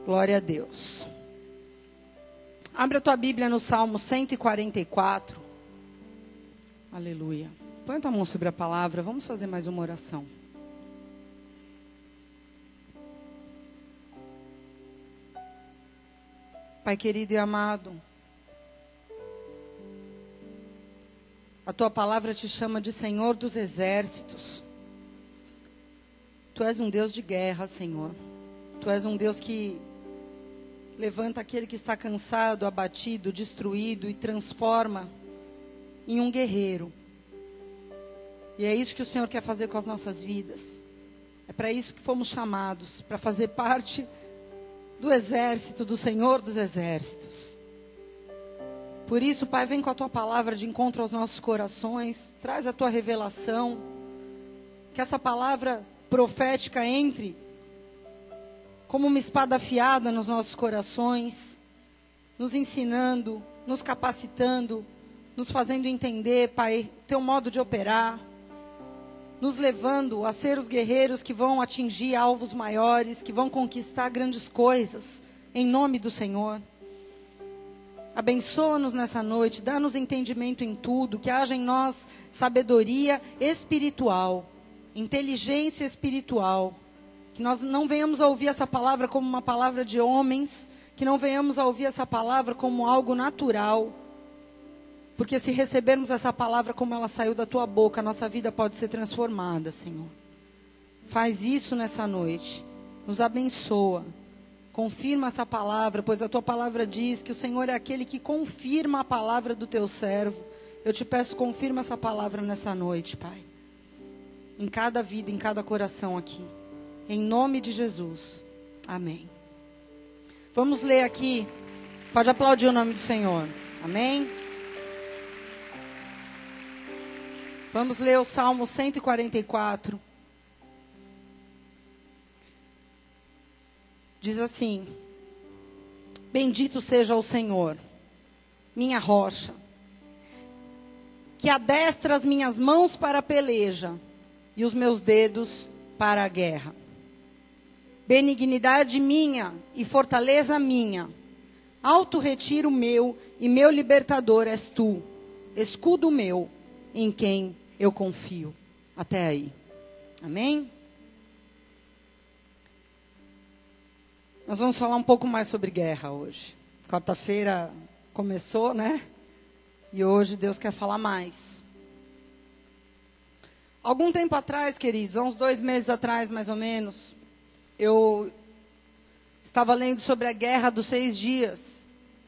Glória a Deus. Abre a tua Bíblia no Salmo 144. Aleluia. Põe a tua mão sobre a palavra. Vamos fazer mais uma oração. Pai querido e amado, a tua palavra te chama de Senhor dos exércitos. Tu és um Deus de guerra, Senhor. Tu és um Deus que levanta aquele que está cansado, abatido, destruído e transforma em um guerreiro. E é isso que o Senhor quer fazer com as nossas vidas. É para isso que fomos chamados, para fazer parte do exército do Senhor dos exércitos. Por isso, Pai, vem com a tua palavra de encontro aos nossos corações, traz a tua revelação, que essa palavra profética entre como uma espada afiada nos nossos corações, nos ensinando, nos capacitando, nos fazendo entender, Pai, teu modo de operar, nos levando a ser os guerreiros que vão atingir alvos maiores, que vão conquistar grandes coisas, em nome do Senhor. Abençoa-nos nessa noite, dá-nos entendimento em tudo, que haja em nós sabedoria espiritual, inteligência espiritual, que nós não venhamos a ouvir essa palavra como uma palavra de homens, que não venhamos a ouvir essa palavra como algo natural, porque se recebermos essa palavra como ela saiu da tua boca, a nossa vida pode ser transformada, Senhor. Faz isso nessa noite, nos abençoa, confirma essa palavra, pois a tua palavra diz que o Senhor é aquele que confirma a palavra do teu servo. Eu te peço, confirma essa palavra nessa noite, Pai, em cada vida, em cada coração aqui. Em nome de Jesus. Amém. Vamos ler aqui. Pode aplaudir o nome do Senhor. Amém. Vamos ler o Salmo 144. Diz assim: Bendito seja o Senhor, minha rocha, que adestra as minhas mãos para a peleja e os meus dedos para a guerra. Benignidade minha e fortaleza minha, alto retiro meu e meu libertador és tu, escudo meu, em quem eu confio. Até aí. Amém? Nós vamos falar um pouco mais sobre guerra hoje. Quarta-feira começou, né? E hoje Deus quer falar mais. Algum tempo atrás, queridos, há uns 2 meses atrás, mais ou menos, eu estava lendo sobre a Guerra dos 6 Dias.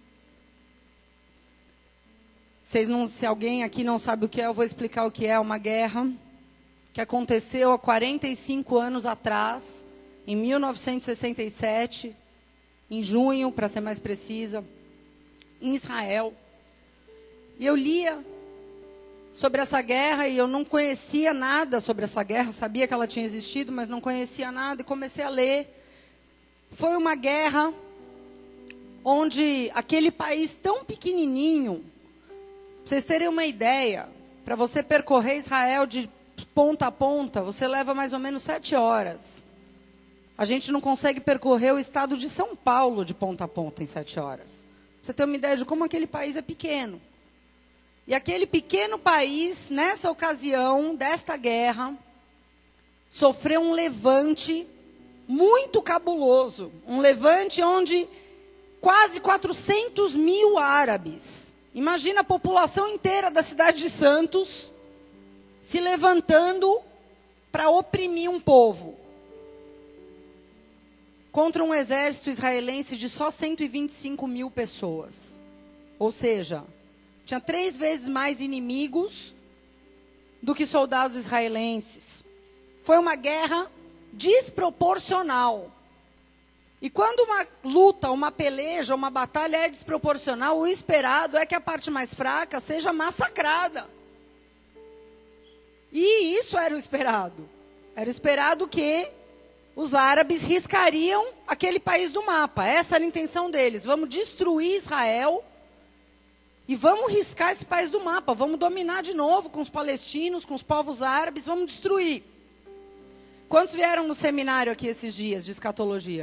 Se alguém aqui não sabe o que é, eu vou explicar o que é uma guerra que aconteceu há 45 anos atrás, em 1967, em junho, para ser mais precisa, em Israel. E eu lia sobre essa guerra e eu não conhecia nada sobre essa guerra, sabia que ela tinha existido, mas não conhecia nada e comecei a ler. Foi uma guerra onde aquele país tão pequenininho, para vocês terem uma ideia, para você percorrer Israel de ponta a ponta, você leva mais ou menos 7 horas. A gente não consegue percorrer o estado de São Paulo de ponta a ponta em 7 horas. Pra você ter uma ideia de como aquele país é pequeno. E aquele pequeno país, nessa ocasião desta guerra, sofreu um levante muito cabuloso. Um levante onde quase 400 mil árabes, imagina a população inteira da cidade de Santos, se levantando para oprimir um povo. Contra um exército israelense de só 125 mil pessoas. Ou seja, tinha 3 vezes mais inimigos do que soldados israelenses. Foi uma guerra desproporcional. E quando uma luta, uma peleja, uma batalha é desproporcional, o esperado é que a parte mais fraca seja massacrada. E isso era o esperado. Era o esperado que os árabes riscariam aquele país do mapa. Essa era a intenção deles. Vamos destruir Israel e vamos riscar esse país do mapa. Vamos dominar de novo com os palestinos, com os povos árabes, vamos destruir. Quantos vieram no seminário aqui esses dias de escatologia?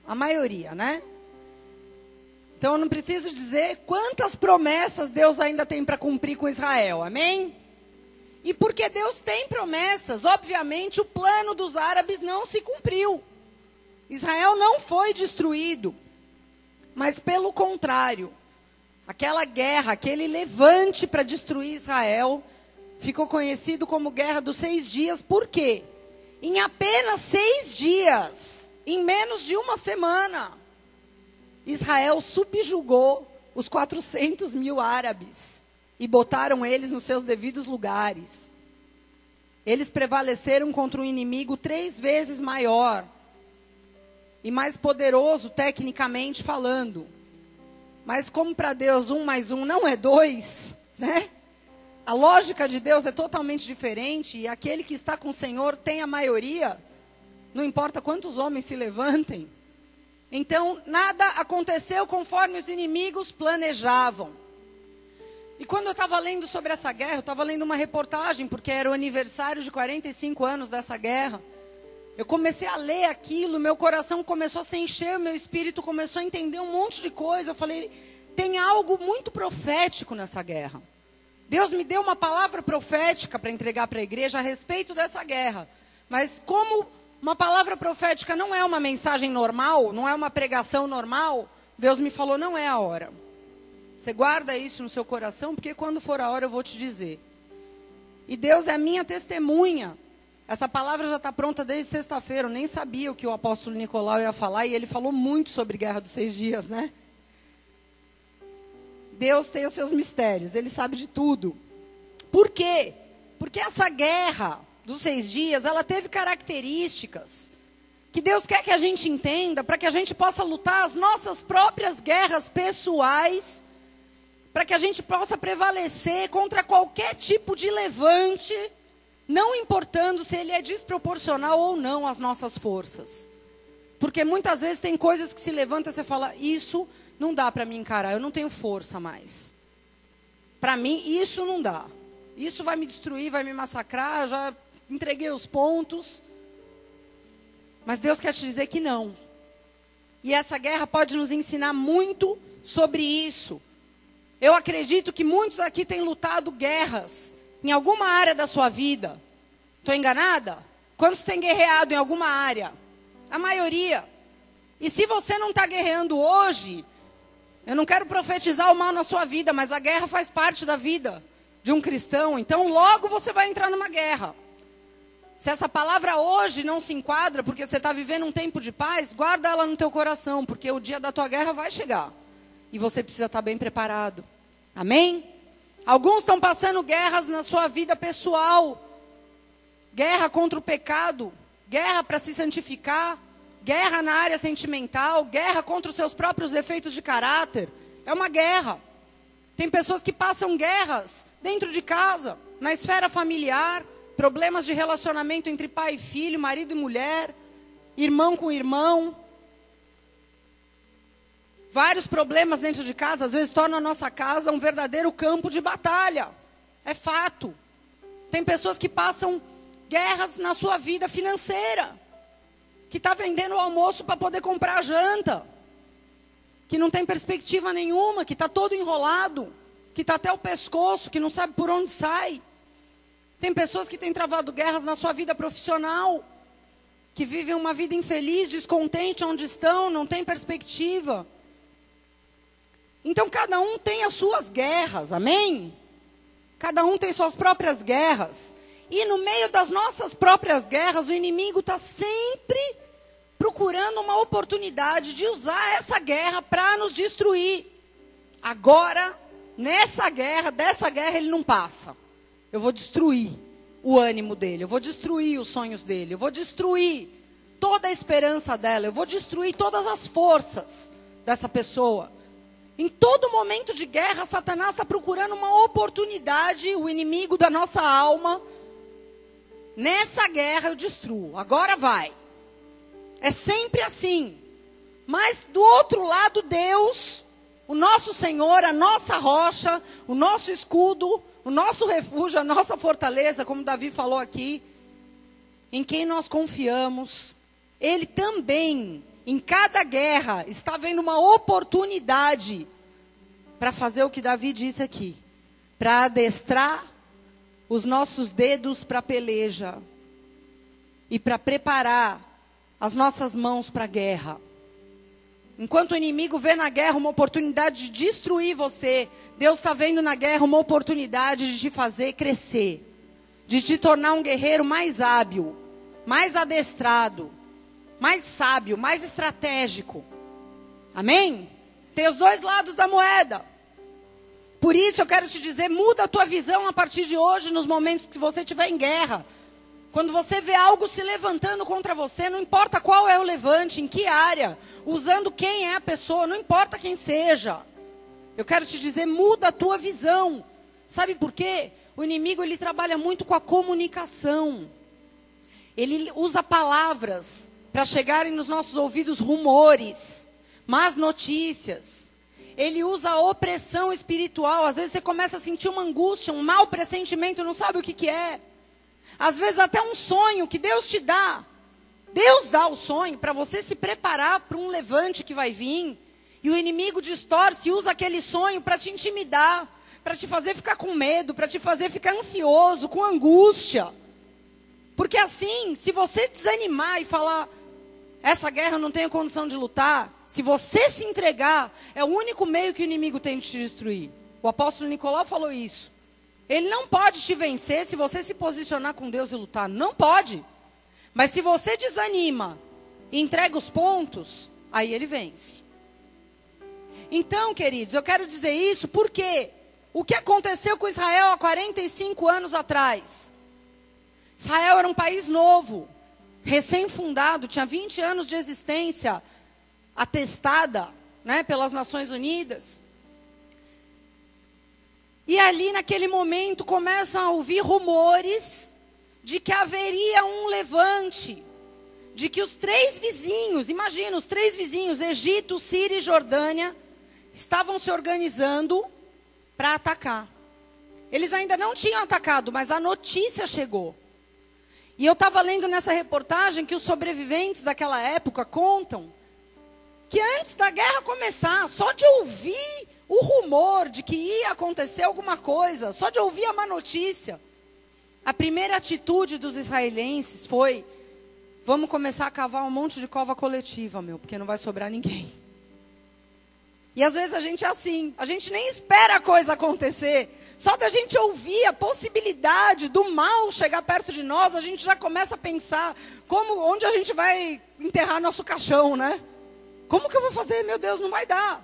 A maioria, né? Então eu não preciso dizer quantas promessas Deus ainda tem para cumprir com Israel, amém? E porque Deus tem promessas, obviamente o plano dos árabes não se cumpriu. Israel não foi destruído, mas pelo contrário, aquela guerra, aquele levante para destruir Israel, ficou conhecido como Guerra dos 6 Dias, por quê? Em apenas 6 dias, em menos de uma semana, Israel subjugou os 400 mil árabes e botaram eles nos seus devidos lugares. Eles prevaleceram contra um inimigo 3 vezes maior e mais poderoso tecnicamente falando. Mas como para Deus 1 mais 1 não é 2, né? A lógica de Deus é totalmente diferente e aquele que está com o Senhor tem a maioria, não importa quantos homens se levantem. Então, nada aconteceu conforme os inimigos planejavam. E quando eu estava lendo sobre essa guerra, eu estava lendo uma reportagem, porque era o aniversário de 45 anos dessa guerra. Eu comecei a ler aquilo, meu coração começou a se encher, meu espírito começou a entender um monte de coisa. Eu falei, tem algo muito profético nessa guerra. Deus me deu uma palavra profética para entregar para a igreja a respeito dessa guerra. Mas como uma palavra profética não é uma mensagem normal, não é uma pregação normal, Deus me falou, não é a hora. Você guarda isso no seu coração, porque quando for a hora eu vou te dizer. E Deus é a minha testemunha. Essa palavra já está pronta desde sexta-feira. Eu nem sabia o que o apóstolo Nicolau ia falar, e ele falou muito sobre Guerra dos 6 Dias, né? Deus tem os seus mistérios, Ele sabe de tudo. Por quê? Porque essa guerra dos 6 dias, ela teve características que Deus quer que a gente entenda, para que a gente possa lutar as nossas próprias guerras pessoais, para que a gente possa prevalecer contra qualquer tipo de levante, não importando se ele é desproporcional ou não às nossas forças. Porque muitas vezes tem coisas que se levantam e você fala, isso não dá para mim encarar, eu não tenho força mais. Para mim, isso não dá. Isso vai me destruir, vai me massacrar, já entreguei os pontos. Mas Deus quer te dizer que não. E essa guerra pode nos ensinar muito sobre isso. Eu acredito que muitos aqui têm lutado guerras em alguma área da sua vida. Estou enganada? Quantos têm guerreado em alguma área? A maioria. E se você não está guerreando hoje, eu não quero profetizar o mal na sua vida, mas a guerra faz parte da vida de um cristão. Então logo você vai entrar numa guerra. Se essa palavra hoje não se enquadra, porque você está vivendo um tempo de paz, guarda ela no teu coração, porque o dia da tua guerra vai chegar. E você precisa estar bem preparado. Amém? Alguns estão passando guerras na sua vida pessoal. Guerra contra o pecado. Guerra para se santificar. Guerra na área sentimental. Guerra contra os seus próprios defeitos de caráter. É uma guerra. Tem pessoas que passam guerras dentro de casa, na esfera familiar. Problemas de relacionamento entre pai e filho, marido e mulher, irmão com irmão. Vários problemas dentro de casa, às vezes tornam a nossa casa um verdadeiro campo de batalha. É fato. Tem pessoas que passam guerras na sua vida financeira. Que está vendendo o almoço para poder comprar a janta. Que não tem perspectiva nenhuma, que está todo enrolado. Que está até o pescoço, que não sabe por onde sai. Tem pessoas que têm travado guerras na sua vida profissional, que vivem uma vida infeliz, descontente onde estão, não tem perspectiva. Então cada um tem as suas guerras, amém? Cada um tem suas próprias guerras. E no meio das nossas próprias guerras, o inimigo está sempre procurando uma oportunidade de usar essa guerra para nos destruir. Agora, nessa guerra, dessa guerra ele não passa. Eu vou destruir o ânimo dele, eu vou destruir os sonhos dele, eu vou destruir toda a esperança dela, eu vou destruir todas as forças dessa pessoa. Em todo momento de guerra, Satanás está procurando uma oportunidade, o inimigo da nossa alma. Nessa guerra eu destruo, agora vai. É sempre assim. Mas do outro lado, Deus, o nosso Senhor, a nossa rocha, o nosso escudo, o nosso refúgio, a nossa fortaleza, como Davi falou aqui, em quem nós confiamos, Ele também em cada guerra, está vendo uma oportunidade para fazer o que Davi disse aqui. Para adestrar os nossos dedos para a peleja. E para preparar as nossas mãos para a guerra. Enquanto o inimigo vê na guerra uma oportunidade de destruir você, Deus está vendo na guerra uma oportunidade de te fazer crescer. De te tornar um guerreiro mais hábil, mais adestrado, mais sábio, mais estratégico. Amém? Tem os dois lados da moeda. Por isso eu quero te dizer, muda a tua visão a partir de hoje, nos momentos que você estiver em guerra. Quando você vê algo se levantando contra você, não importa qual é o levante, em que área, usando quem é a pessoa, não importa quem seja. Eu quero te dizer, muda a tua visão. Sabe por quê? O inimigo, ele trabalha muito com a comunicação. Ele usa palavras para chegarem nos nossos ouvidos rumores, más notícias. Ele usa a opressão espiritual. Às vezes você começa a sentir uma angústia, um mau pressentimento, não sabe o que é. Às vezes até um sonho que Deus te dá. Deus dá o sonho para você se preparar para um levante que vai vir. E o inimigo distorce e usa aquele sonho para te intimidar, para te fazer ficar com medo, para te fazer ficar ansioso, com angústia. Porque assim, se você desanimar e falar, essa guerra eu não tenho condição de lutar, se você se entregar, é o único meio que o inimigo tem de te destruir. O apóstolo Nicolau falou isso. Ele não pode te vencer se você se posicionar com Deus e lutar. Não pode. Mas se você desanima e entrega os pontos, aí ele vence. Então, queridos, eu quero dizer isso porque o que aconteceu com Israel há 45 anos atrás? Israel era um país novo, recém-fundado, tinha 20 anos de existência, atestada, né, pelas Nações Unidas. E ali, naquele momento, começam a ouvir rumores de que haveria um levante. De que os três vizinhos, imagina, os três vizinhos, Egito, Síria e Jordânia, estavam se organizando para atacar. Eles ainda não tinham atacado, mas a notícia chegou. E eu estava lendo nessa reportagem que os sobreviventes daquela época contam que antes da guerra começar, só de ouvir o rumor de que ia acontecer alguma coisa, só de ouvir a má notícia, a primeira atitude dos israelenses foi, vamos começar a cavar um monte de cova coletiva, porque não vai sobrar ninguém. E às vezes a gente é assim, a gente nem espera a coisa acontecer, só da gente ouvir a possibilidade do mal chegar perto de nós, a gente já começa a pensar, onde a gente vai enterrar nosso caixão, né? Como que eu vou fazer? Meu Deus, não vai dar.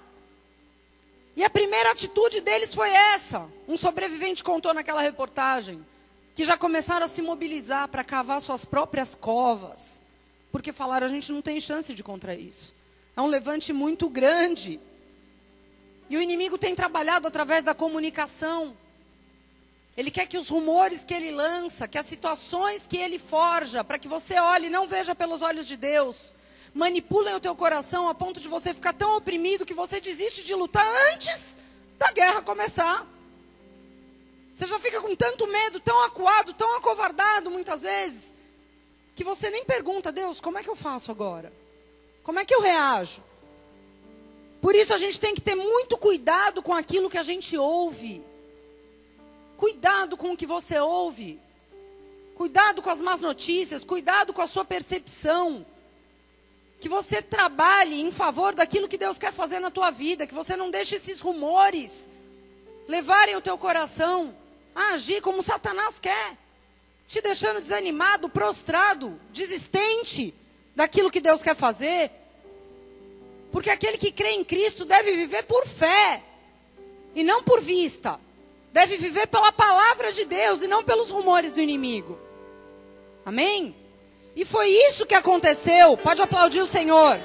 E a primeira atitude deles foi essa. Um sobrevivente contou naquela reportagem que já começaram a se mobilizar para cavar suas próprias covas. Porque falaram, a gente não tem chance de contra isso. É um levante muito grande. E o inimigo tem trabalhado através da comunicação. Ele quer que os rumores que ele lança, que as situações que ele forja, para que você olhe e não veja pelos olhos de Deus, manipulem o teu coração a ponto de você ficar tão oprimido que você desiste de lutar antes da guerra começar. Você já fica com tanto medo, tão acuado, tão acovardado muitas vezes, que você nem pergunta, Deus, como é que eu faço agora? Como é que eu reajo? Por isso a gente tem que ter muito cuidado com aquilo que a gente ouve. Cuidado com o que você ouve. Cuidado com as más notícias, cuidado com a sua percepção. Que você trabalhe em favor daquilo que Deus quer fazer na tua vida. Que você não deixe esses rumores levarem o teu coração a agir como Satanás quer. Te deixando desanimado, prostrado, desistente daquilo que Deus quer fazer. Porque aquele que crê em Cristo deve viver por fé e não por vista. Deve viver pela palavra de Deus e não pelos rumores do inimigo. Amém? E foi isso que aconteceu. Pode aplaudir o Senhor.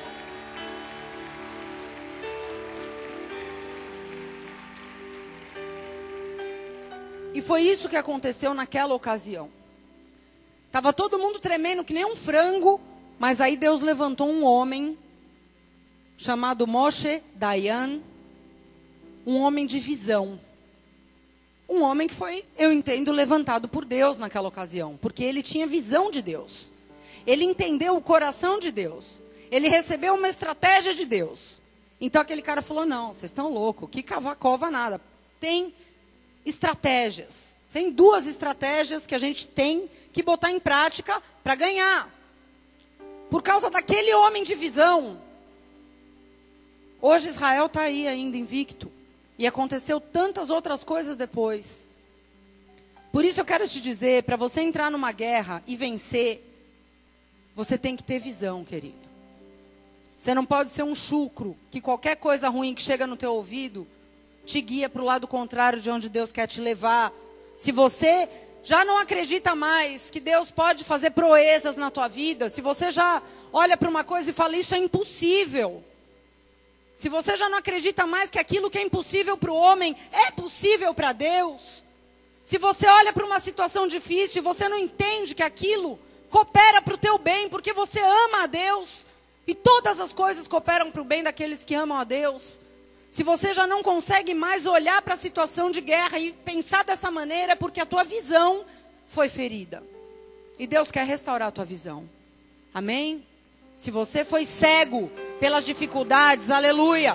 E foi isso que aconteceu naquela ocasião. Estava todo mundo tremendo que nem um frango, mas aí Deus levantou um homem chamado Moshe Dayan, um homem de visão. Um homem que foi, eu entendo, levantado por Deus naquela ocasião, porque ele tinha visão de Deus. Ele entendeu o coração de Deus. Ele recebeu uma estratégia de Deus. Então aquele cara falou, não, vocês estão loucos, que cava nada. Tem estratégias. Tem 2 estratégias que a gente tem que botar em prática para ganhar. Por causa daquele homem de visão. Hoje Israel está aí ainda invicto. E aconteceu tantas outras coisas depois. Por isso eu quero te dizer, para você entrar numa guerra e vencer, você tem que ter visão, querido. Você não pode ser um chucro, que qualquer coisa ruim que chega no teu ouvido, te guia para o lado contrário de onde Deus quer te levar. Se você já não acredita mais que Deus pode fazer proezas na tua vida, se você já olha para uma coisa e fala, isso é impossível. Se você já não acredita mais que aquilo que é impossível para o homem é possível para Deus. Se você olha para uma situação difícil e você não entende que aquilo coopera para o teu bem, porque você ama a Deus, e todas as coisas cooperam para o bem daqueles que amam a Deus. Se você já não consegue mais olhar para a situação de guerra e pensar dessa maneira, é porque a tua visão foi ferida. E Deus quer restaurar a tua visão. Amém? Se você foi cego pelas dificuldades, aleluia.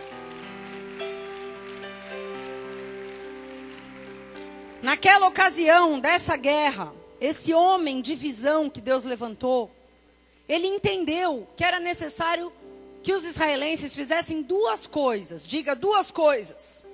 Naquela ocasião dessa guerra, esse homem de visão que Deus levantou, ele entendeu que era necessário que os israelenses fizessem 2 coisas. Diga 2 coisas.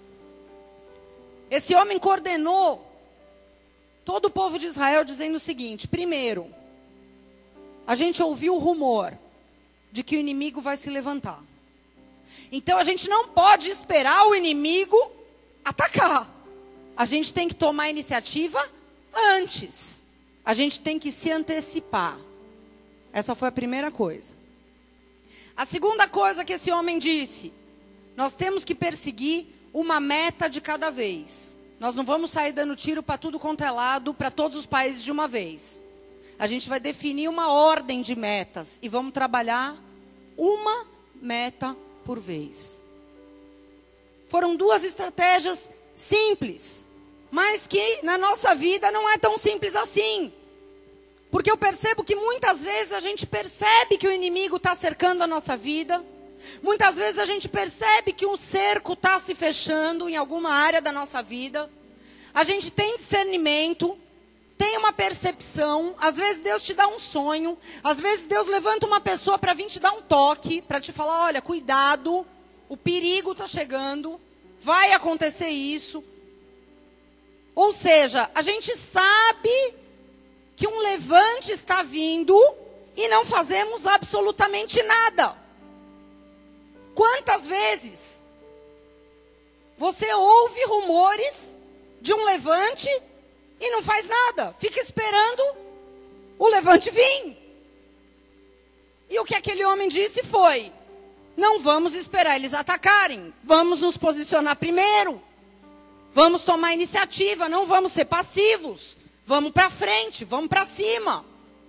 Esse homem coordenou todo o povo de Israel dizendo o seguinte: primeiro, a gente ouviu o rumor de que o inimigo vai se levantar. Então a gente não pode esperar o inimigo atacar. A gente tem que tomar a iniciativa antes. A gente tem que se antecipar. Essa foi a primeira coisa. A segunda coisa que esse homem disse: nós temos que perseguir uma meta de cada vez. Nós não vamos sair dando tiro para tudo quanto é lado, para todos os países de uma vez. A gente vai definir uma ordem de metas e vamos trabalhar uma meta por vez. Foram 2 estratégias simples, mas que na nossa vida não é tão simples assim. Porque eu percebo que muitas vezes a gente percebe que o inimigo está cercando a nossa vida. Muitas vezes a gente percebe que um cerco está se fechando em alguma área da nossa vida. A gente tem discernimento, tem uma percepção. Às vezes Deus te dá um sonho. Às vezes Deus levanta uma pessoa para vir te dar um toque, para te falar, olha, cuidado, o perigo está chegando, vai acontecer isso. Ou seja, a gente sabe que um levante está vindo e não fazemos absolutamente nada. Quantas vezes você ouve rumores de um levante e não faz nada? Fica esperando o levante vir. E o que aquele homem disse foi: não vamos esperar eles atacarem, vamos nos posicionar primeiro. Vamos tomar iniciativa, não vamos ser passivos. Vamos para frente, vamos para cima.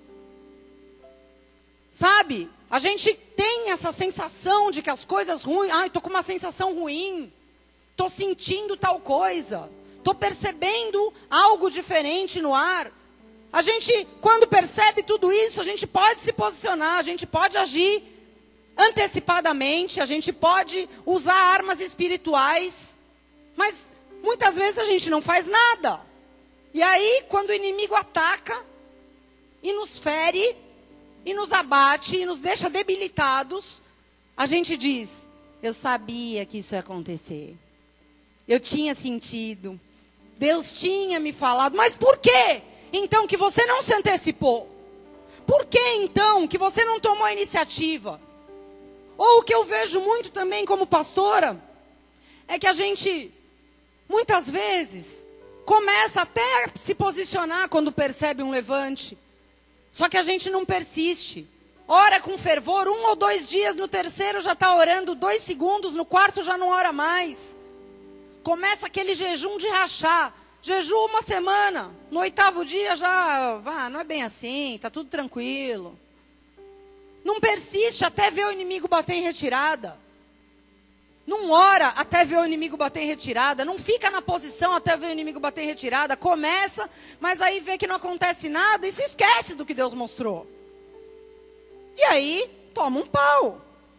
Sabe? A gente tem essa sensação de que as coisas ruins... Ai, estou com uma sensação ruim. Estou sentindo tal coisa. Estou percebendo algo diferente no ar. A gente, quando percebe tudo isso, a gente pode se posicionar, a gente pode agir antecipadamente, a gente pode usar armas espirituais. Mas muitas vezes a gente não faz nada. E aí, quando o inimigo ataca e nos fere, e nos abate, e nos deixa debilitados, a gente diz: eu sabia que isso ia acontecer. Eu tinha sentido. Deus tinha me falado. Mas por quê, então, que você não se antecipou? Por que, então, que você não tomou a iniciativa? Ou o que eu vejo muito também como pastora, é que a gente, muitas vezes, começa até a se posicionar quando percebe um levante. Só que a gente não persiste. Ora com fervor, 1 ou 2 dias, no terceiro já está orando 2 segundos, no quarto já não ora mais. Começa aquele jejum de rachar. Jejum 1 semana, no 8º dia já, não é bem assim, está tudo tranquilo. Não persiste até ver o inimigo bater em retirada. Não ora até ver o inimigo bater em retirada. Não fica na posição até ver o inimigo bater em retirada. Começa, mas aí vê que não acontece nada e se esquece do que Deus mostrou. E aí, toma um pau.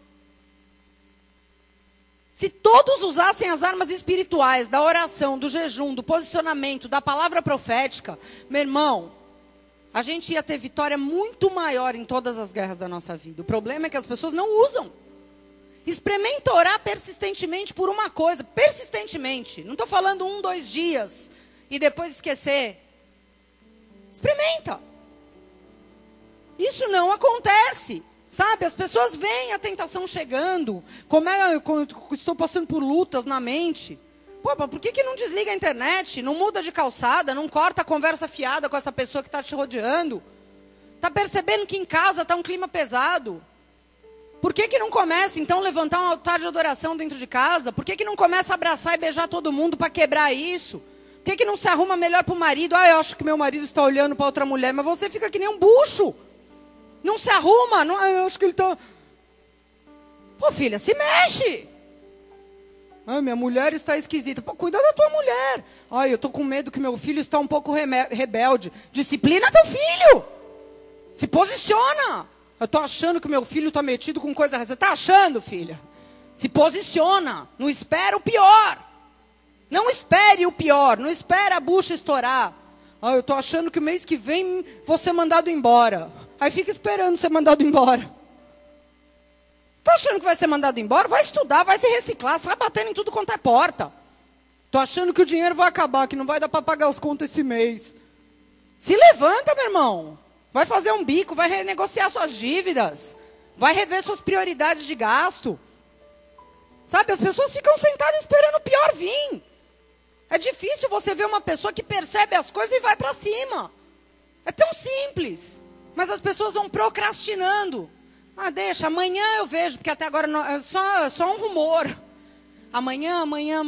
Se todos usassem as armas espirituais, da oração, do jejum, do posicionamento, da palavra profética, meu irmão, a gente ia ter vitória muito maior em todas as guerras da nossa vida. O problema é que as pessoas não usam. Experimenta orar persistentemente por uma coisa, persistentemente. Não estou falando 1, 2 dias e depois esquecer. Experimenta. Isso não acontece. Sabe, as pessoas veem a tentação chegando. Como eu estou passando por lutas na mente. Pô, por que não desliga a internet? Não muda de calçada, não corta a conversa fiada com essa pessoa que está te rodeando? Está percebendo que em casa está um clima pesado? Por que não começa, então, a levantar um altar de adoração dentro de casa? Por que não começa a abraçar e beijar todo mundo para quebrar isso? Por que não se arruma melhor para o marido? Ah, eu acho que meu marido está olhando para outra mulher, mas você fica que nem um bucho. Não se arruma. Não, eu acho que ele está... Pô, filha, se mexe. Ah, minha mulher está esquisita. Pô, cuida da tua mulher. Ai, eu estou com medo que meu filho está um pouco rebelde. Disciplina teu filho. Se posiciona. Eu estou achando que meu filho está metido com coisa... Você está achando, filha? Se posiciona. Não espera o pior. Não espere o pior. Não espera a bucha estourar. Ah, eu estou achando que o mês que vem vou ser mandado embora. Aí fica esperando ser mandado embora. Está achando que vai ser mandado embora? Vai estudar, vai se reciclar, sai batendo em tudo quanto é porta. Estou achando que o dinheiro vai acabar, que não vai dar para pagar as contas esse mês. Se levanta, meu irmão. Vai fazer um bico, vai renegociar suas dívidas. Vai rever suas prioridades de gasto. Sabe, as pessoas ficam sentadas esperando o pior vir. É difícil você ver uma pessoa que percebe as coisas e vai para cima. É tão simples. Mas as pessoas vão procrastinando. Ah, deixa, amanhã eu vejo, porque até agora não, é só um rumor. Amanhã.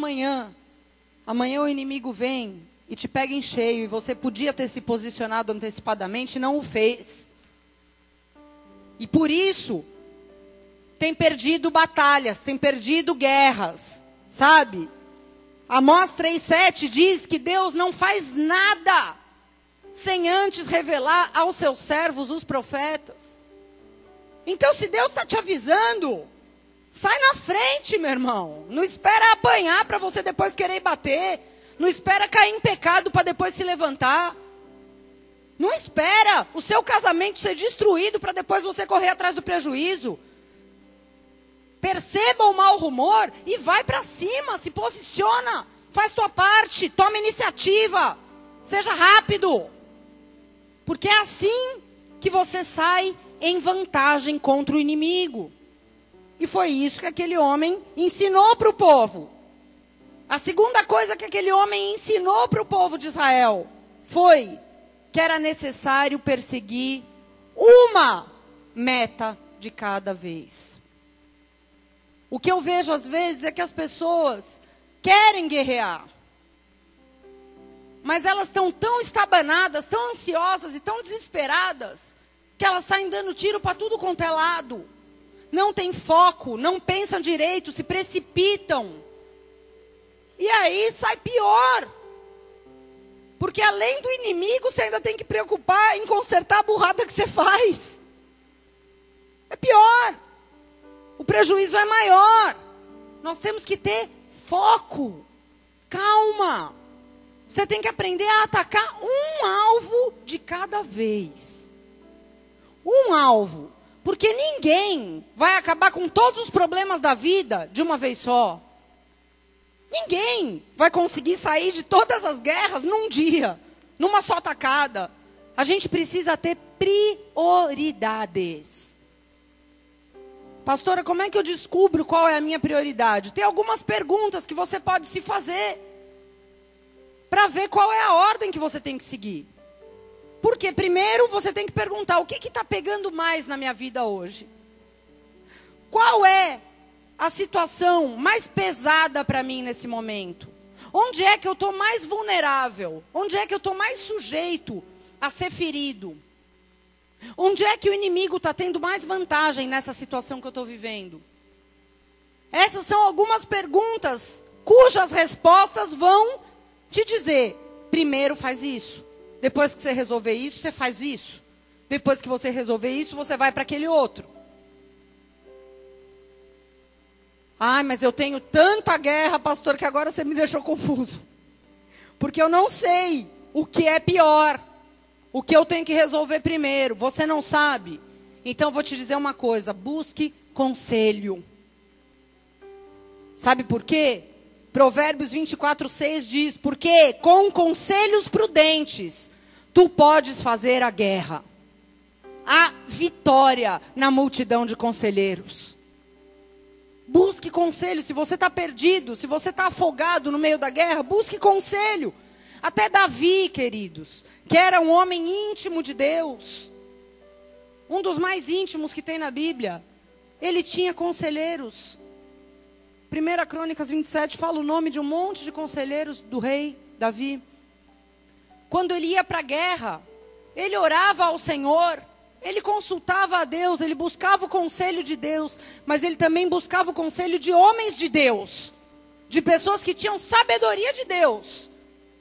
Amanhã o inimigo vem e te pega em cheio. E você podia ter se posicionado antecipadamente e não o fez. E por isso, tem perdido batalhas, tem perdido guerras, sabe? Amós 3,7 diz que Deus não faz nada sem antes revelar aos seus servos, os profetas. Então, se Deus está te avisando, sai na frente, meu irmão. Não espera apanhar para você depois querer bater. Não espera cair em pecado para depois se levantar. Não espera o seu casamento ser destruído para depois você correr atrás do prejuízo. Perceba o mau rumor e vai para cima, se posiciona. Faz tua parte, toma iniciativa. Seja rápido. Porque é assim que você sai em vantagem contra o inimigo. E foi isso que aquele homem ensinou para o povo. A segunda coisa que aquele homem ensinou para o povo de Israel foi que era necessário perseguir uma meta de cada vez. O que eu vejo às vezes é que as pessoas querem guerrear. Mas elas estão tão estabanadas, tão ansiosas e tão desesperadas, que elas saem dando tiro para tudo quanto é lado. Não tem foco, não pensam direito, se precipitam. E aí sai pior. Porque além do inimigo, você ainda tem que preocupar em consertar a burrada que você faz. É pior. O prejuízo é maior. Nós temos que ter foco. Calma. Você tem que aprender a atacar um alvo de cada vez. Um alvo. Porque ninguém vai acabar com todos os problemas da vida de uma vez só. Ninguém vai conseguir sair de todas as guerras num dia, numa só tacada. A gente precisa ter prioridades. Pastora, como é que eu descubro qual é a minha prioridade? Tem algumas perguntas que você pode se fazer para ver qual é a ordem que você tem que seguir. Porque primeiro você tem que perguntar, o que está pegando mais na minha vida hoje? Qual é a situação mais pesada para mim nesse momento? Onde é que eu estou mais vulnerável? Onde é que eu estou mais sujeito a ser ferido? Onde é que o inimigo está tendo mais vantagem nessa situação que eu estou vivendo? Essas são algumas perguntas cujas respostas vão te dizer, primeiro faz isso. Depois que você resolver isso, você faz isso. Depois que você resolver isso, você vai para aquele outro. Ai, mas eu tenho tanta guerra, pastor, que agora você me deixou confuso. Porque eu não sei o que é pior. O que eu tenho que resolver primeiro. Você não sabe? Então eu vou te dizer uma coisa. Busque conselho. Sabe por quê? Provérbios 24:6 diz: porque com conselhos prudentes tu podes fazer a guerra. Há vitória na multidão de conselheiros. Busque conselho. Se você está perdido, se você está afogado no meio da guerra, busque conselho. Até Davi, queridos, que era um homem íntimo de Deus, um dos mais íntimos que tem na Bíblia, ele tinha conselheiros. 1 Crônicas 27 fala o nome de um monte de conselheiros do rei Davi. Quando ele ia para a guerra, ele orava ao Senhor, ele consultava a Deus, ele buscava o conselho de Deus, mas ele também buscava o conselho de homens de Deus, de pessoas que tinham sabedoria de Deus.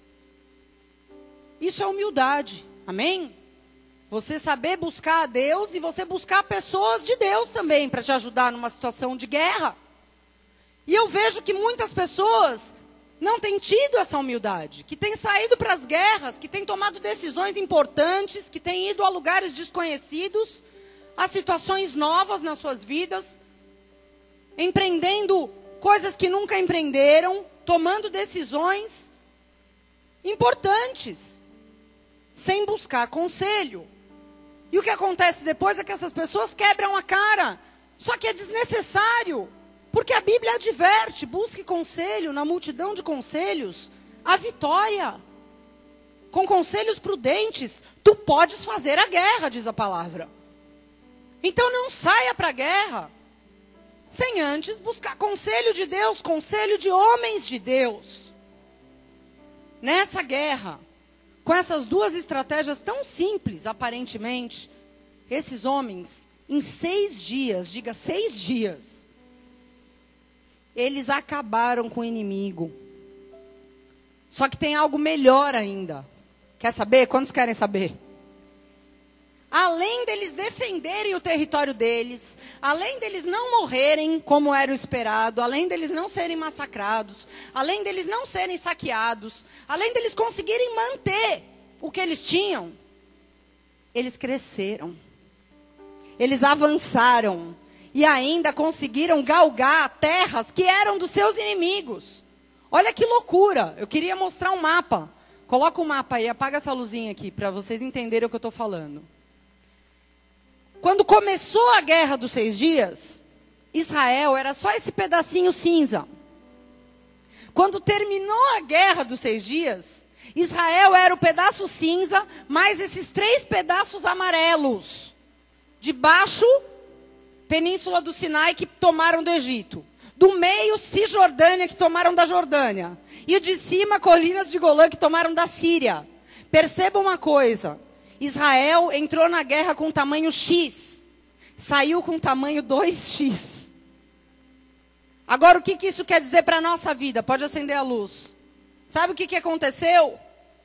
Isso é humildade, amém? Você saber buscar a Deus e você buscar pessoas de Deus também para te ajudar numa situação de guerra. E eu vejo que muitas pessoas não têm tido essa humildade, que têm saído para as guerras, que têm tomado decisões importantes, que têm ido a lugares desconhecidos, a situações novas nas suas vidas, empreendendo coisas que nunca empreenderam, tomando decisões importantes, sem buscar conselho. E o que acontece depois é que essas pessoas quebram a cara. Só que é desnecessário. Porque a Bíblia adverte, busque conselho, na multidão de conselhos, a vitória. Com conselhos prudentes, tu podes fazer a guerra, diz a palavra. Então não saia para a guerra, sem antes buscar conselho de Deus, conselho de homens de Deus. Nessa guerra, com essas duas estratégias tão simples, aparentemente, esses homens, em 6 dias, diga 6 dias, eles acabaram com o inimigo. Só que tem algo melhor ainda. Quer saber? Quantos querem saber? Além deles defenderem o território deles, além deles não morrerem como era o esperado, além deles não serem massacrados, além deles não serem saqueados, além deles conseguirem manter o que eles tinham, eles cresceram, eles avançaram e ainda conseguiram galgar terras que eram dos seus inimigos. Olha que loucura, eu queria mostrar um mapa. Coloca o mapa aí, apaga essa luzinha aqui para vocês entenderem o que eu estou falando. Quando começou a guerra dos 6 dias, Israel era só esse pedacinho cinza. Quando terminou a guerra dos 6 dias, Israel era o pedaço cinza, mais esses 3 pedaços amarelos. De baixo, Península do Sinai, que tomaram do Egito. Do meio, Cisjordânia, que tomaram da Jordânia. E de cima, colinas de Golã, que tomaram da Síria. Perceba uma coisa. Israel entrou na guerra com tamanho X. Saiu com tamanho 2X. Agora, o que isso quer dizer para a nossa vida? Pode acender a luz. Sabe o que aconteceu?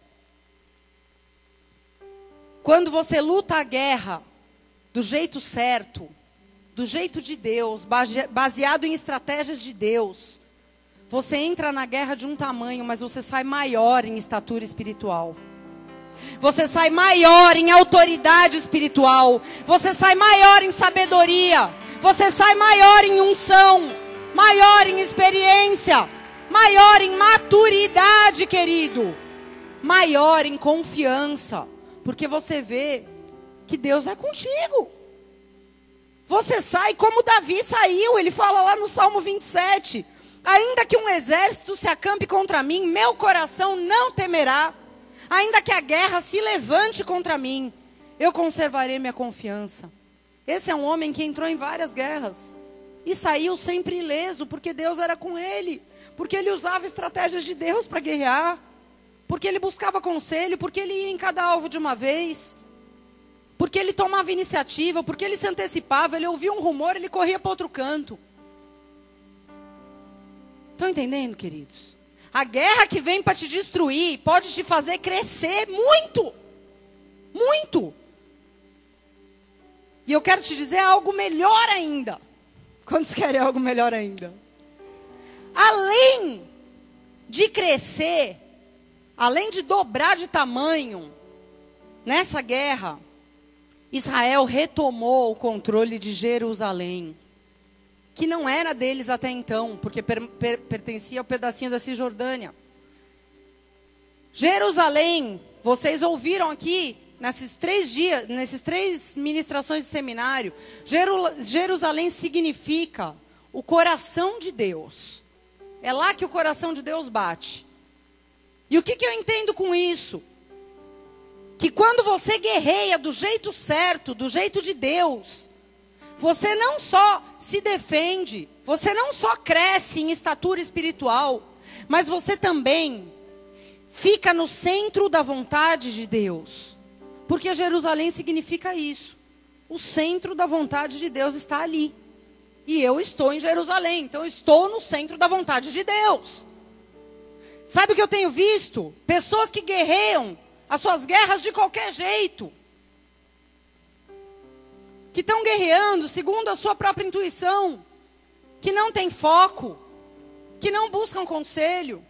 Quando você luta a guerra do jeito certo, do jeito de Deus, baseado em estratégias de Deus, você entra na guerra de um tamanho, mas você sai maior em estatura espiritual. Você sai maior em autoridade espiritual. Você sai maior em sabedoria. Você sai maior em unção. Maior em experiência. Maior em maturidade, querido. Maior em confiança. Porque você vê que Deus é contigo. Você sai como Davi saiu. Ele fala lá no Salmo 27. Ainda que um exército se acampe contra mim, meu coração não temerá. Ainda que a guerra se levante contra mim, eu conservarei minha confiança. Esse é um homem que entrou em várias guerras e saiu sempre ileso, porque Deus era com ele. Porque ele usava estratégias de Deus para guerrear. Porque ele buscava conselho, porque ele ia em cada alvo de uma vez. Porque ele tomava iniciativa, porque ele se antecipava, ele ouvia um rumor, ele corria para outro canto. Estão entendendo, queridos? A guerra que vem para te destruir pode te fazer crescer muito. Muito. E eu quero te dizer algo melhor ainda. Quantos querem algo melhor ainda? além de crescer, além de dobrar de tamanho, nessa guerra, Israel retomou o controle de Jerusalém, que não era deles até então, porque pertencia ao pedacinho da Cisjordânia. Jerusalém, vocês ouviram aqui, nesses 3 dias, nessas 3 ministrações de seminário, Jerusalém significa o coração de Deus. É lá que o coração de Deus bate. E o que eu entendo com isso? Que quando você guerreia do jeito certo, do jeito de Deus, você não só se defende, você não só cresce em estatura espiritual, mas você também fica no centro da vontade de Deus. Porque Jerusalém significa isso. O centro da vontade de Deus está ali. E eu estou em Jerusalém, então eu estou no centro da vontade de Deus. Sabe o que eu tenho visto? Pessoas que guerreiam as suas guerras de qualquer jeito. Que estão guerreando segundo a sua própria intuição. Que não tem foco. Que não buscam conselho.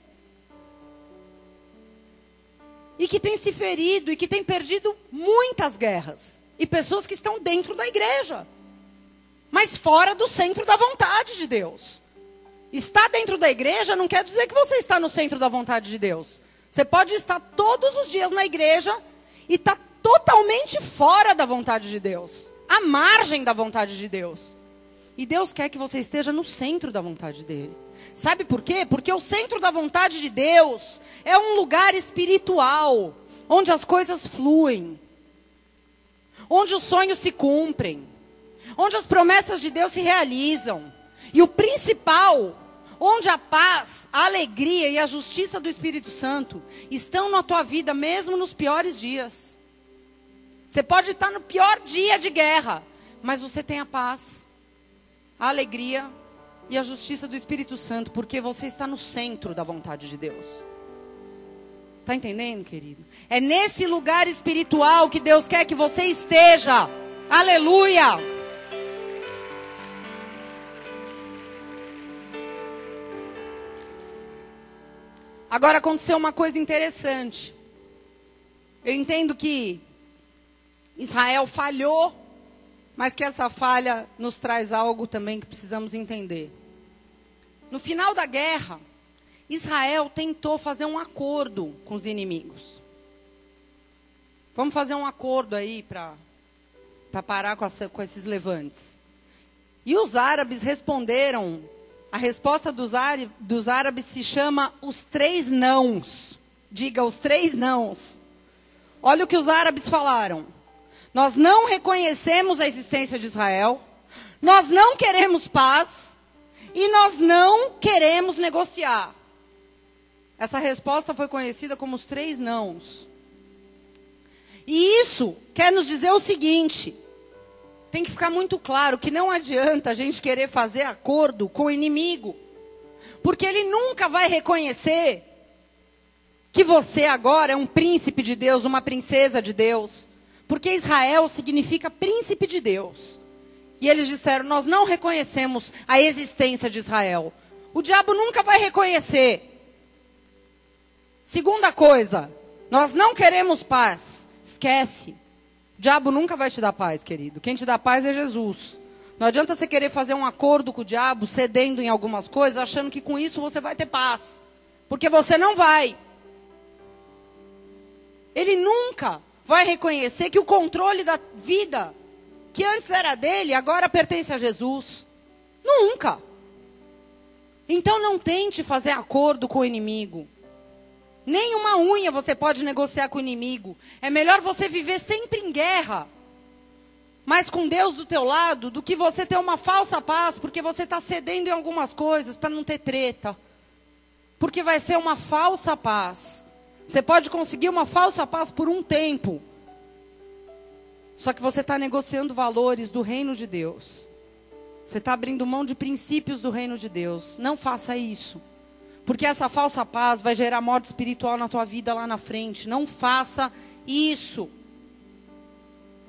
E que tem se ferido e que tem perdido muitas guerras. E pessoas que estão dentro da igreja, mas fora do centro da vontade de Deus. Estar dentro da igreja não quer dizer que você está no centro da vontade de Deus. Você pode estar todos os dias na igreja e estar totalmente fora da vontade de Deus. À margem da vontade de Deus. E Deus quer que você esteja no centro da vontade dele. Sabe por quê? Porque o centro da vontade de Deus é um lugar espiritual, onde as coisas fluem, onde os sonhos se cumprem, onde as promessas de Deus se realizam. E o principal, onde a paz, a alegria e a justiça do Espírito Santo estão na tua vida, mesmo nos piores dias. Você pode estar no pior dia de guerra, mas você tem a paz, a alegria e a justiça do Espírito Santo, porque você está no centro da vontade de Deus. Está entendendo, querido? É nesse lugar espiritual que Deus quer que você esteja. Aleluia! Agora aconteceu uma coisa interessante. Eu entendo que Israel falhou, mas que essa falha nos traz algo também que precisamos entender. No final da guerra, Israel tentou fazer um acordo com os inimigos. Vamos fazer um acordo aí para parar com esses levantes. E os árabes responderam. A resposta dos árabes se chama os 3 nãos. Diga, os 3 nãos. Olha o que os árabes falaram. Nós não reconhecemos a existência de Israel. Nós não queremos paz. E nós não queremos negociar. Essa resposta foi conhecida como os 3 nãos. E isso quer nos dizer o seguinte. Tem que ficar muito claro que não adianta a gente querer fazer acordo com o inimigo. Porque ele nunca vai reconhecer que você agora é um príncipe de Deus, uma princesa de Deus. Porque Israel significa príncipe de Deus. E eles disseram, nós não reconhecemos a existência de Israel. O diabo nunca vai reconhecer. Segunda coisa, nós não queremos paz. Esquece. O diabo nunca vai te dar paz, querido. Quem te dá paz é Jesus. Não adianta você querer fazer um acordo com o diabo, cedendo em algumas coisas, achando que com isso você vai ter paz. Porque você não vai. Ele nunca vai reconhecer que o controle da vida, que antes era dele, agora pertence a Jesus. Nunca. Então não tente fazer acordo com o inimigo. Nem uma unha você pode negociar com o inimigo. É melhor você viver sempre em guerra, mas com Deus do teu lado, do que você ter uma falsa paz, porque você está cedendo em algumas coisas para não ter treta. Porque vai ser uma falsa paz. Você pode conseguir uma falsa paz por um tempo. Só que você está negociando valores do reino de Deus. Você está abrindo mão de princípios do reino de Deus. Não faça isso. Porque essa falsa paz vai gerar morte espiritual na tua vida lá na frente. Não faça isso.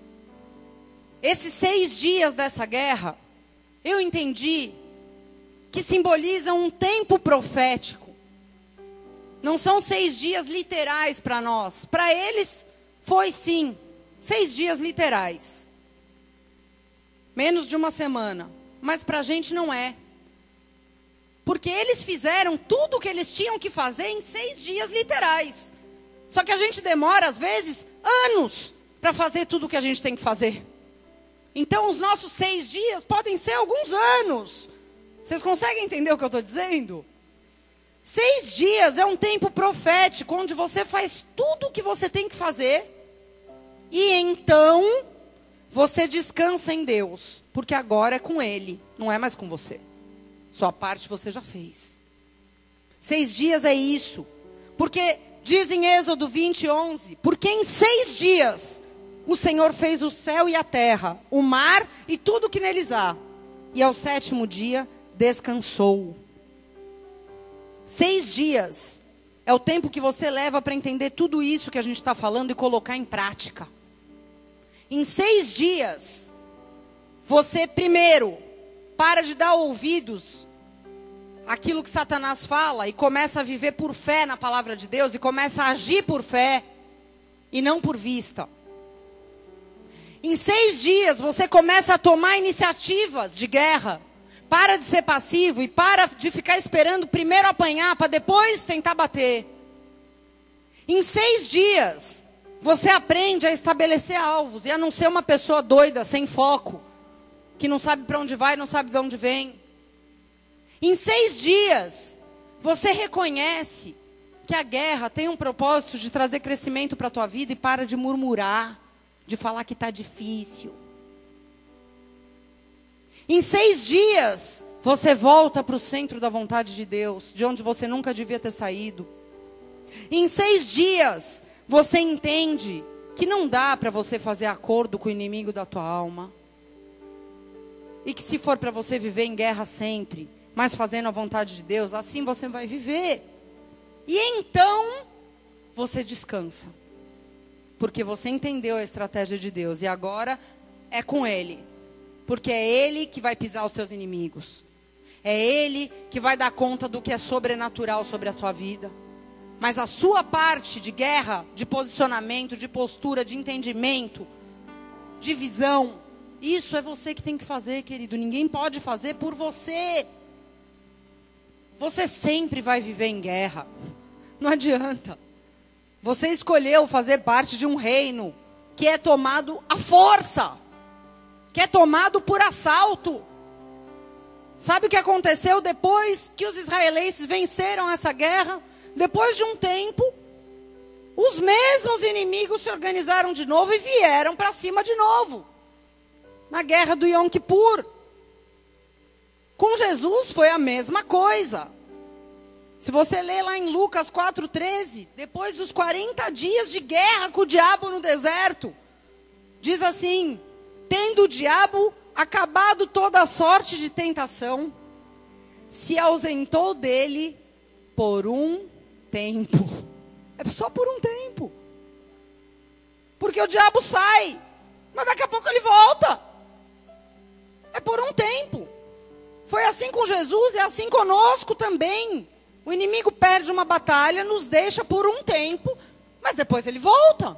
Esses 6 dias dessa guerra, eu entendi que simbolizam um tempo profético. Não são 6 dias literais para nós. Para eles, foi sim, 6 dias literais. Menos de uma semana. Mas para a gente não é. Porque eles fizeram tudo o que eles tinham que fazer em 6 dias literais. Só que a gente demora, às vezes, anos para fazer tudo o que a gente tem que fazer. Então, os nossos 6 dias podem ser alguns anos. Vocês conseguem entender o que eu estou dizendo? 6 dias é um tempo profético, onde você faz tudo o que você tem que fazer. E então, você descansa em Deus. Porque agora é com Ele, não é mais com você. Sua parte você já fez. 6 dias é isso. Porque diz em Êxodo 20:11, porque em 6 dias o Senhor fez o céu e a terra, o mar e tudo que neles há. E ao 7º dia descansou. 6 dias é o tempo que você leva para entender tudo isso que a gente está falando e colocar em prática. Em 6 dias, você primeiro para de dar ouvidos àquilo que Satanás fala e começa a viver por fé na palavra de Deus e começa a agir por fé e não por vista. Em 6 dias você começa a tomar iniciativas de guerra. Para de ser passivo e para de ficar esperando primeiro apanhar para depois tentar bater. Em 6 dias você aprende a estabelecer alvos e a não ser uma pessoa doida, sem foco, que não sabe para onde vai, não sabe de onde vem. Em 6 dias, você reconhece que a guerra tem um propósito de trazer crescimento para a tua vida e para de murmurar, de falar que está difícil. Em 6 dias, você volta para o centro da vontade de Deus, de onde você nunca devia ter saído. Em 6 dias, você entende que não dá para você fazer acordo com o inimigo da tua alma. E que se for para você viver em guerra sempre, mas fazendo a vontade de Deus, assim você vai viver. E então, você descansa. Porque você entendeu a estratégia de Deus e agora é com Ele. Porque é Ele que vai pisar os teus inimigos. É Ele que vai dar conta do que é sobrenatural sobre a tua vida. Mas a sua parte de guerra, de posicionamento, de postura, de entendimento, de visão, isso é você que tem que fazer, querido. Ninguém pode fazer por você. Você sempre vai viver em guerra. Não adianta. Você escolheu fazer parte de um reino que é tomado à força. Que é tomado por assalto. Sabe o que aconteceu depois que os israelenses venceram essa guerra? Depois de um tempo, os mesmos inimigos se organizaram de novo e vieram para cima de novo. Na guerra do Yom Kippur. Com Jesus foi a mesma coisa. Se você ler lá em Lucas 4:13, depois dos 40 dias de guerra com o diabo no deserto, diz assim: tendo o diabo acabado toda a sorte de tentação, se ausentou dele por um tempo. É só por um tempo. Porque o diabo sai, mas daqui a pouco ele volta. É por um tempo. Foi assim com Jesus e é assim conosco também. O inimigo perde uma batalha, nos deixa por um tempo, mas depois ele volta.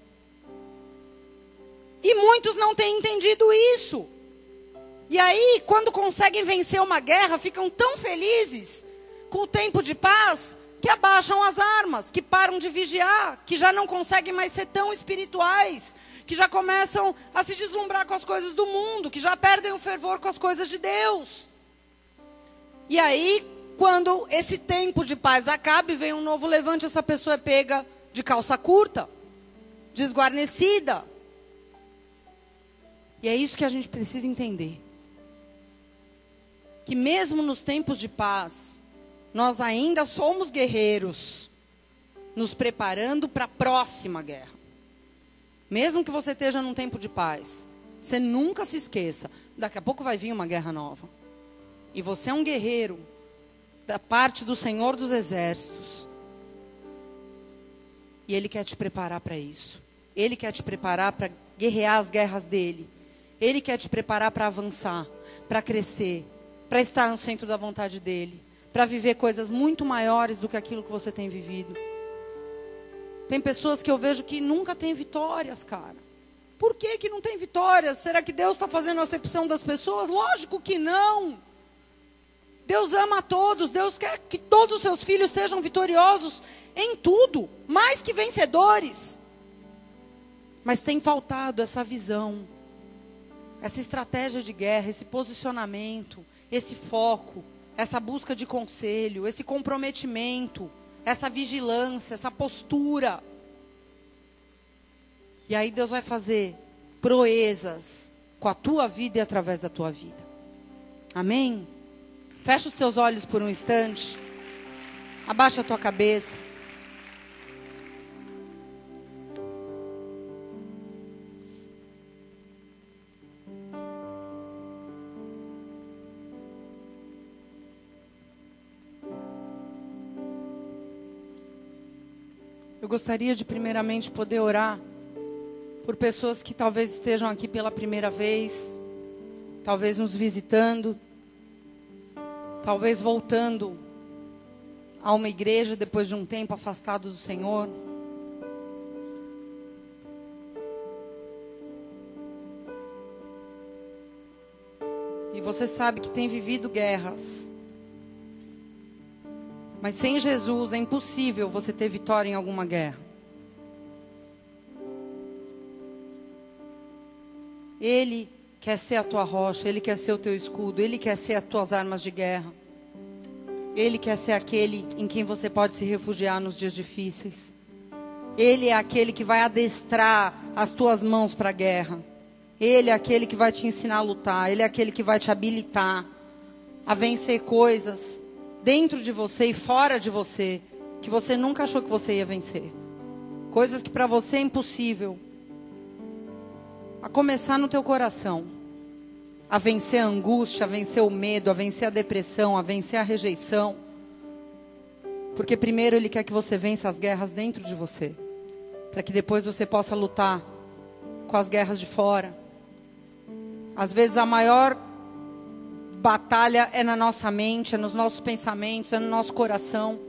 E muitos não têm entendido isso. E aí, quando conseguem vencer uma guerra, ficam tão felizes com o tempo de paz, que abaixam as armas, que param de vigiar, que já não conseguem mais ser tão espirituais, que já começam a se deslumbrar com as coisas do mundo, que já perdem o fervor com as coisas de Deus. E aí, quando esse tempo de paz acaba e vem um novo levante, essa pessoa é pega de calça curta, desguarnecida. E é isso que a gente precisa entender. Que mesmo nos tempos de paz, nós ainda somos guerreiros, nos preparando para a próxima guerra. Mesmo que você esteja num tempo de paz, você nunca se esqueça, daqui a pouco vai vir uma guerra nova. E você é um guerreiro da parte do Senhor dos Exércitos. E Ele quer te preparar para isso. Ele quer te preparar para guerrear as guerras dele. Ele quer te preparar para avançar, para crescer. para estar no centro da vontade dele, para viver coisas muito maiores do que aquilo que você tem vivido. Tem pessoas que eu vejo que nunca têm vitórias, cara. Por que não tem vitórias? Será que Deus está fazendo acepção das pessoas? Lógico que não. Deus ama a todos. Deus quer que todos os seus filhos sejam vitoriosos em tudo, mais que vencedores. Mas tem faltado essa visão, essa estratégia de guerra, esse posicionamento, esse foco, essa busca de conselho, esse comprometimento, essa vigilância, essa postura. E aí Deus vai fazer proezas com a tua vida e através da tua vida. Amém? Fecha os teus olhos por um instante. Abaixa a tua cabeça. Eu gostaria de primeiramente poder orar por pessoas que talvez estejam aqui pela primeira vez, talvez nos visitando, talvez voltando a uma igreja depois de um tempo afastado do Senhor. E você sabe que tem vivido guerras. Mas sem Jesus é impossível você ter vitória em alguma guerra. Ele quer ser a tua rocha, Ele quer ser o teu escudo, Ele quer ser as tuas armas de guerra. Ele quer ser aquele em quem você pode se refugiar nos dias difíceis. Ele é aquele que vai adestrar as tuas mãos para a guerra. Ele é aquele que vai te ensinar a lutar. Ele é aquele que vai te habilitar a vencer coisas dentro de você e fora de você, que você nunca achou que você ia vencer. Coisas que para você é impossível. A começar no teu coração. A vencer a angústia, a vencer o medo, a vencer a depressão, a vencer a rejeição. Porque primeiro Ele quer que você vença as guerras dentro de você, para que depois você possa lutar com as guerras de fora. Às vezes a maior batalha é na nossa mente, é nos nossos pensamentos, é no nosso coração.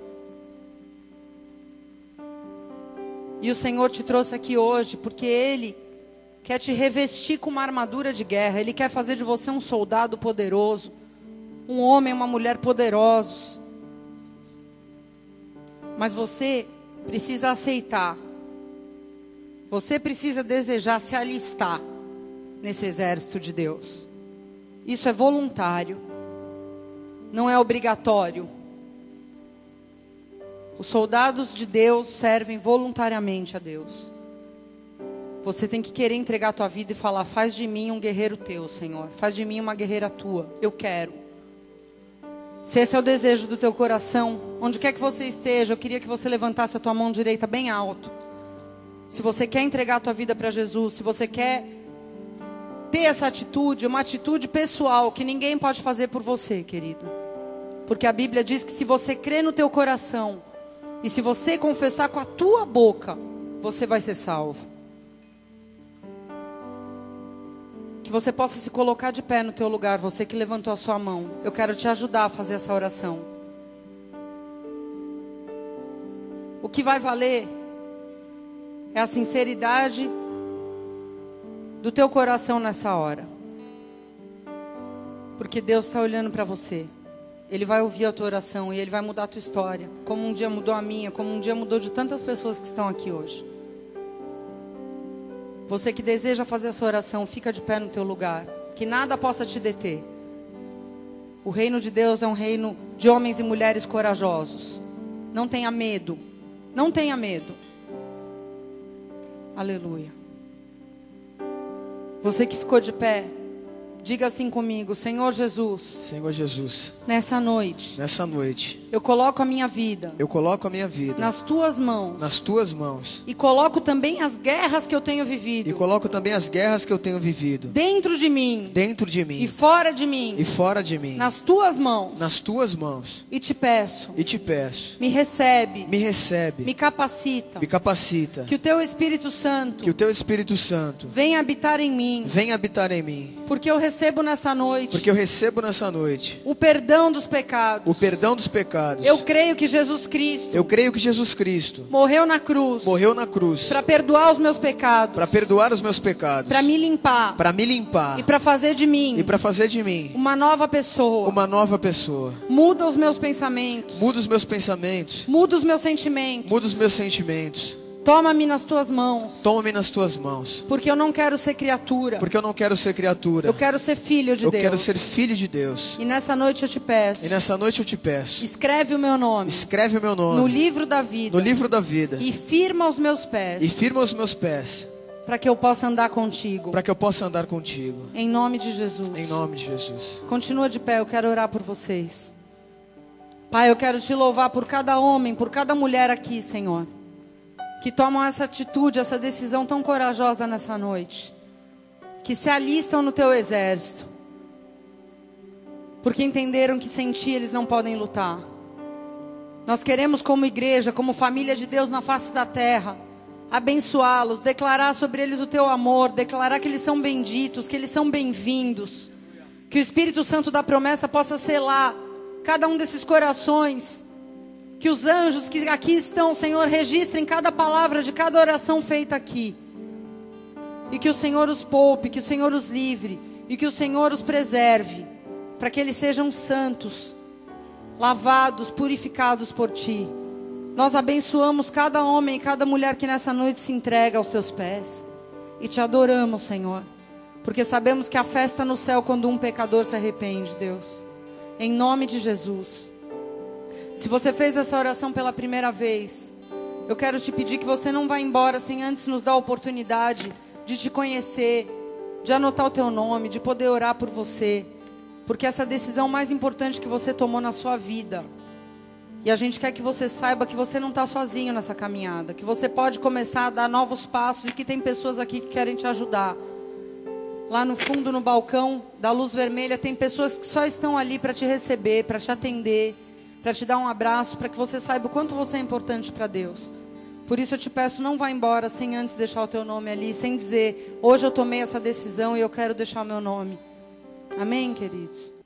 E o Senhor te trouxe aqui hoje porque Ele quer te revestir com uma armadura de guerra. Ele quer fazer de você um soldado poderoso, um homem, uma mulher poderosos. Mas você precisa aceitar. Você precisa desejar se alistar nesse exército de Deus. Isso é voluntário, não é obrigatório. Os soldados de Deus servem voluntariamente a Deus. Você tem que querer entregar a tua vida e falar: faz de mim um guerreiro teu, Senhor. Faz de mim uma guerreira tua. Eu quero. Se esse é o desejo do teu coração, onde quer que você esteja, eu queria que você levantasse a tua mão direita bem alto. Se você quer entregar a tua vida para Jesus, se você quer ter essa atitude, uma atitude pessoal que ninguém pode fazer por você, querido. Porque a Bíblia diz que se você crer no teu coração e se você confessar com a tua boca, você vai ser salvo. Que você possa se colocar de pé no teu lugar, você que levantou a sua mão. Eu quero te ajudar a fazer essa oração. O que vai valer é a sinceridade do teu coração nessa hora. Porque Deus está olhando para você. Ele vai ouvir a tua oração e Ele vai mudar a tua história. Como um dia mudou a minha, como um dia mudou de tantas pessoas que estão aqui hoje. Você que deseja fazer essa oração, fica de pé no teu lugar. Que nada possa te deter. O reino de Deus é um reino de homens e mulheres corajosos. Não tenha medo. Não tenha medo. Aleluia. Você que ficou de pé, diga assim comigo: Senhor Jesus. Senhor Jesus. Nessa noite. Nessa noite. Eu coloco a minha vida. Eu coloco a minha vida Nas tuas mãos. nas tuas mãos. E coloco também as guerras que eu tenho vivido. E coloco também as guerras que eu tenho vivido Dentro de mim. dentro de E mim fora de mim. e fora de mim. Nas tuas mãos. Nas tuas mãos. E te peço. E te peço, Me recebe. me recebe, Me capacita. me capacita. Que o teu Espírito Santo Que o teu Espírito Santo venha habitar em mim. venha habitar em mim. Porque eu recebo nessa noite Porque eu recebo nessa noite o perdão dos pecados. o perdão dos pecados. Eu creio que Jesus Cristo Eu creio que Jesus Cristo morreu na cruz morreu na cruz para perdoar os meus pecados, para perdoar os meus pecados, para me limpar para me limpar e para fazer de mim e para fazer de mim uma nova pessoa. uma nova pessoa. Muda os meus pensamentos, Muda os meus pensamentos, muda os meus sentimentos. muda os meus sentimentos. Toma-me nas tuas mãos, Toma-me nas tuas mãos, porque eu não quero ser criatura. porque eu não quero ser criatura. Eu quero ser filho de Eu Deus. quero ser filho de Deus. E nessa noite eu te peço, E nessa noite eu te peço, escreve o meu nome escreve o meu no nome livro da vida no livro da vida e firma os meus pés, e firma os meus pés, para que eu possa andar contigo. para que eu possa andar contigo. Em nome de Jesus. Em nome de Jesus. Continua de pé, eu quero orar por vocês. Pai, eu quero te louvar por cada homem, por cada mulher aqui, Senhor, que tomam essa atitude, essa decisão tão corajosa nessa noite, que se alistam no teu exército, porque entenderam que sem ti eles não podem lutar. Nós queremos, como igreja, como família de Deus na face da terra, abençoá-los, declarar sobre eles o teu amor, declarar que eles são benditos, que eles são bem-vindos, que o Espírito Santo da promessa possa selar cada um desses corações, que os anjos que aqui estão, Senhor, registrem cada palavra de cada oração feita aqui, e que o Senhor os poupe, que o Senhor os livre, e que o Senhor os preserve, para que eles sejam santos, lavados, purificados por Ti. Nós abençoamos cada homem e cada mulher que nessa noite se entrega aos Teus pés, e Te adoramos, Senhor, porque sabemos que a festa no céu quando um pecador se arrepende, Deus, em nome de Jesus. Se você fez essa oração pela primeira vez, eu quero te pedir que você não vá embora sem antes nos dar a oportunidade de te conhecer, de anotar o teu nome, de poder orar por você, porque essa é a decisão mais importante que você tomou na sua vida. E a gente quer que você saiba que você não está sozinho nessa caminhada, que você pode começar a dar novos passos e que tem pessoas aqui que querem te ajudar. Lá no fundo, no balcão da luz vermelha, tem pessoas que só estão ali para te receber, para te atender, para te dar um abraço, para que você saiba o quanto você é importante para Deus. Por isso eu te peço, não vá embora sem antes deixar o teu nome ali, sem dizer, hoje eu tomei essa decisão e eu quero deixar o meu nome. Amém, queridos?